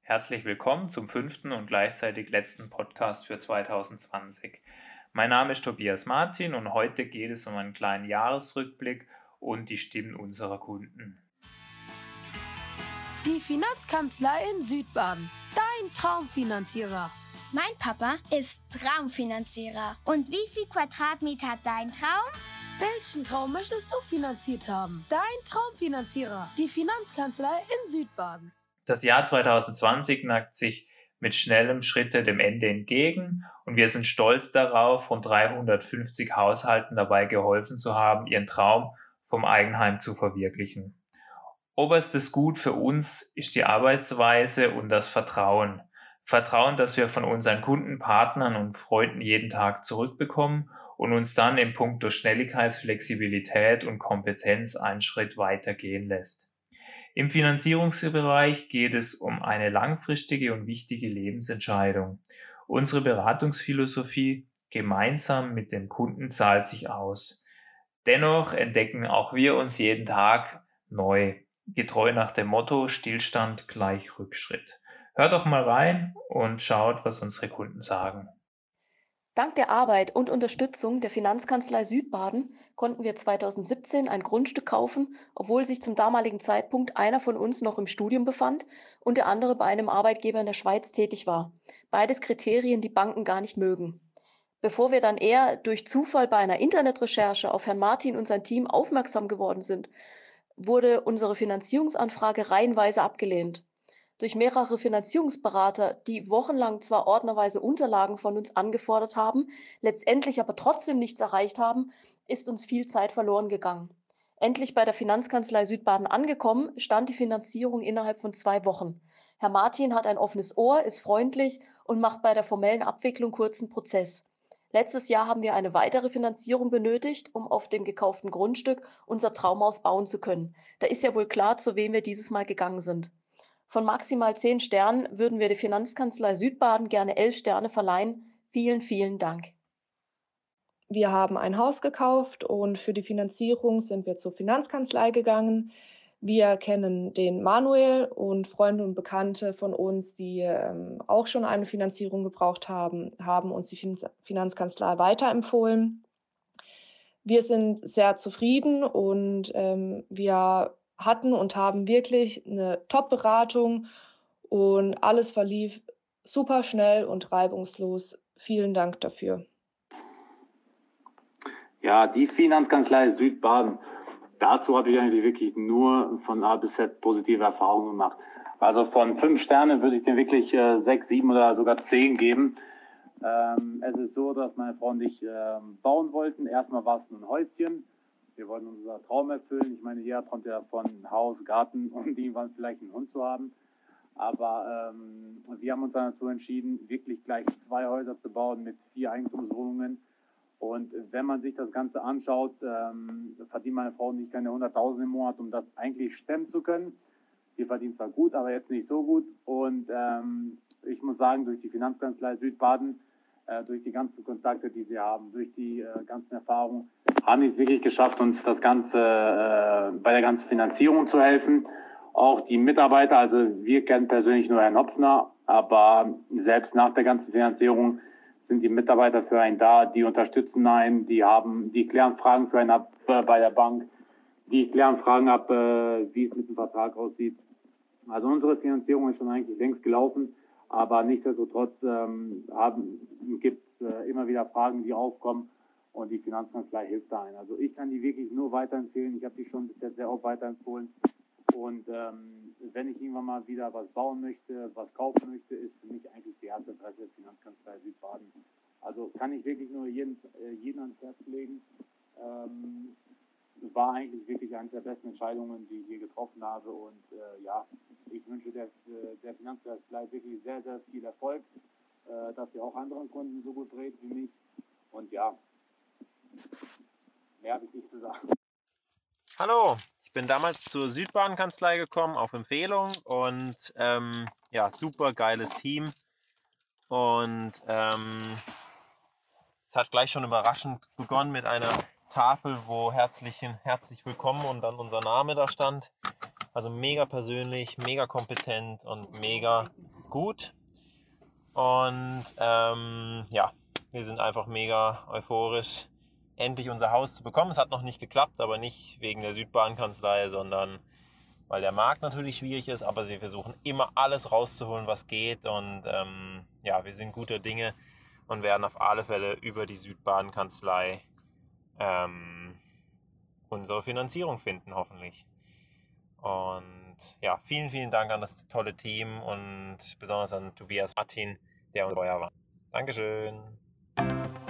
Herzlich willkommen zum 5. und gleichzeitig letzten Podcast für 2020. Mein Name ist Tobias Martin und heute geht es um einen kleinen Jahresrückblick und die Stimmen unserer Kunden. Die Finanzkanzlei in Südbaden, dein Traumfinanzierer. Mein Papa ist Traumfinanzierer. Und wie viel Quadratmeter hat dein Traum? Welchen Traum möchtest du finanziert haben? Dein Traumfinanzierer, die Finanzkanzlei in Südbaden. Das Jahr 2020 neigt sich mit schnellem Schritte dem Ende entgegen und wir sind stolz darauf, rund 350 Haushalten dabei geholfen zu haben, ihren Traum vom Eigenheim zu verwirklichen. Oberstes Gut für uns ist die Arbeitsweise und das Vertrauen. Vertrauen, das wir von unseren Kunden, Partnern und Freunden jeden Tag zurückbekommen und uns dann in puncto Schnelligkeit, Flexibilität und Kompetenz einen Schritt weiter gehen lässt. Im Finanzierungsbereich geht es um eine langfristige und wichtige Lebensentscheidung. Unsere Beratungsphilosophie gemeinsam mit dem Kunden zahlt sich aus. Dennoch entdecken auch wir uns jeden Tag neu, getreu nach dem Motto Stillstand gleich Rückschritt. Hört doch mal rein und schaut, was unsere Kunden sagen. Dank der Arbeit und Unterstützung der Finanzkanzlei Südbaden konnten wir 2017 ein Grundstück kaufen, obwohl sich zum damaligen Zeitpunkt einer von uns noch im Studium befand und der andere bei einem Arbeitgeber in der Schweiz tätig war. Beides Kriterien, die Banken gar nicht mögen. Bevor wir dann eher durch Zufall bei einer Internetrecherche auf Herrn Martin und sein Team aufmerksam geworden sind, wurde unsere Finanzierungsanfrage reihenweise abgelehnt. Durch mehrere Finanzierungsberater, die wochenlang zwar ordnerweise Unterlagen von uns angefordert haben, letztendlich aber trotzdem nichts erreicht haben, ist uns viel Zeit verloren gegangen. Endlich bei der Finanzkanzlei Südbaden angekommen, stand die Finanzierung innerhalb von 2 Wochen. Herr Martin hat ein offenes Ohr, ist freundlich und macht bei der formellen Abwicklung kurzen Prozess. Letztes Jahr haben wir eine weitere Finanzierung benötigt, um auf dem gekauften Grundstück unser Traumhaus bauen zu können. Da ist ja wohl klar, zu wem wir dieses Mal gegangen sind. Von maximal 10 Sternen würden wir der Finanzkanzlei Südbaden gerne 11 Sterne verleihen. Vielen, vielen Dank. Wir haben ein Haus gekauft und für die Finanzierung sind wir zur Finanzkanzlei gegangen. Wir kennen den Manuel und Freunde und Bekannte von uns, die auch schon eine Finanzierung gebraucht haben, haben uns die Finanzkanzlei weiterempfohlen. Wir sind sehr zufrieden und wir hatten und haben wirklich eine Top-Beratung und alles verlief super schnell und reibungslos. Vielen Dank dafür. Ja, die Finanzkanzlei Südbaden. Dazu habe ich eigentlich wirklich nur von A bis Z positive Erfahrungen gemacht. Also von 5 Sternen würde ich dir wirklich 6, 7 oder sogar 10 geben. Es ist so, dass meine Frau und ich bauen wollten. Erstmal war es nur ein Häuschen. Wir wollten unseren Traum erfüllen. Ich meine, jeder träumt ja davon, Haus, Garten und irgendwann vielleicht einen Hund zu haben. Aber wir haben uns dann dazu entschieden, wirklich gleich 2 Häuser zu bauen mit 4 Eigentumswohnungen. Und wenn man sich das Ganze anschaut, verdient meine Frau nicht keine 100.000 im Monat, um das eigentlich stemmen zu können. Die verdient zwar gut, aber jetzt nicht so gut. Und ich muss sagen, durch die Finanzkanzlei Südbaden, durch die ganzen Kontakte, die wir haben, durch die ganzen Erfahrungen, haben die es wirklich geschafft, uns das Ganze bei der ganzen Finanzierung zu helfen. Auch die Mitarbeiter, also wir kennen persönlich nur Herrn Hopfner, aber selbst nach der ganzen Finanzierung sind die Mitarbeiter für einen da, die unterstützen einen, die klären Fragen für einen ab bei der Bank, die klären Fragen ab, wie es mit dem Vertrag aussieht. Also unsere Finanzierung ist schon eigentlich längst gelaufen, aber nichtsdestotrotz gibt es immer wieder Fragen, die aufkommen und die Finanzkanzlei hilft da ein. Also ich kann die wirklich nur weiterempfehlen. Ich habe die schon bis jetzt sehr oft weiterempfohlen. Und wenn ich irgendwann mal wieder was bauen möchte, was kaufen möchte, ist für mich eigentlich die erste Adresse Finanzkanzlei Südbaden. Also kann ich wirklich nur jeden ans Herz legen. War eigentlich wirklich eine der besten Entscheidungen, die ich hier getroffen habe. Und ja, ich wünsche der Finanzkanzlei wirklich sehr, sehr viel Erfolg, dass sie auch anderen Kunden so gut dreht wie mich. Und ja, mehr habe ich nicht zu sagen. Hallo, ich bin damals zur Südbaden-Kanzlei gekommen auf Empfehlung und ja, super geiles Team und es hat gleich schon überraschend begonnen mit einer Tafel, wo herzlich willkommen und dann unser Name da stand. Also mega persönlich, mega kompetent und mega gut. Und ja, wir sind einfach mega euphorisch, endlich unser Haus zu bekommen. Es hat noch nicht geklappt, aber nicht wegen der Südbahnkanzlei, sondern weil der Markt natürlich schwierig ist. Aber sie versuchen immer alles rauszuholen, was geht. Und ja, wir sind guter Dinge und werden auf alle Fälle über die Südbahnkanzlei unsere Finanzierung finden, hoffentlich. Und ja, vielen, vielen Dank an das tolle Team und besonders an Tobias Martin, der uns treu war. Dankeschön.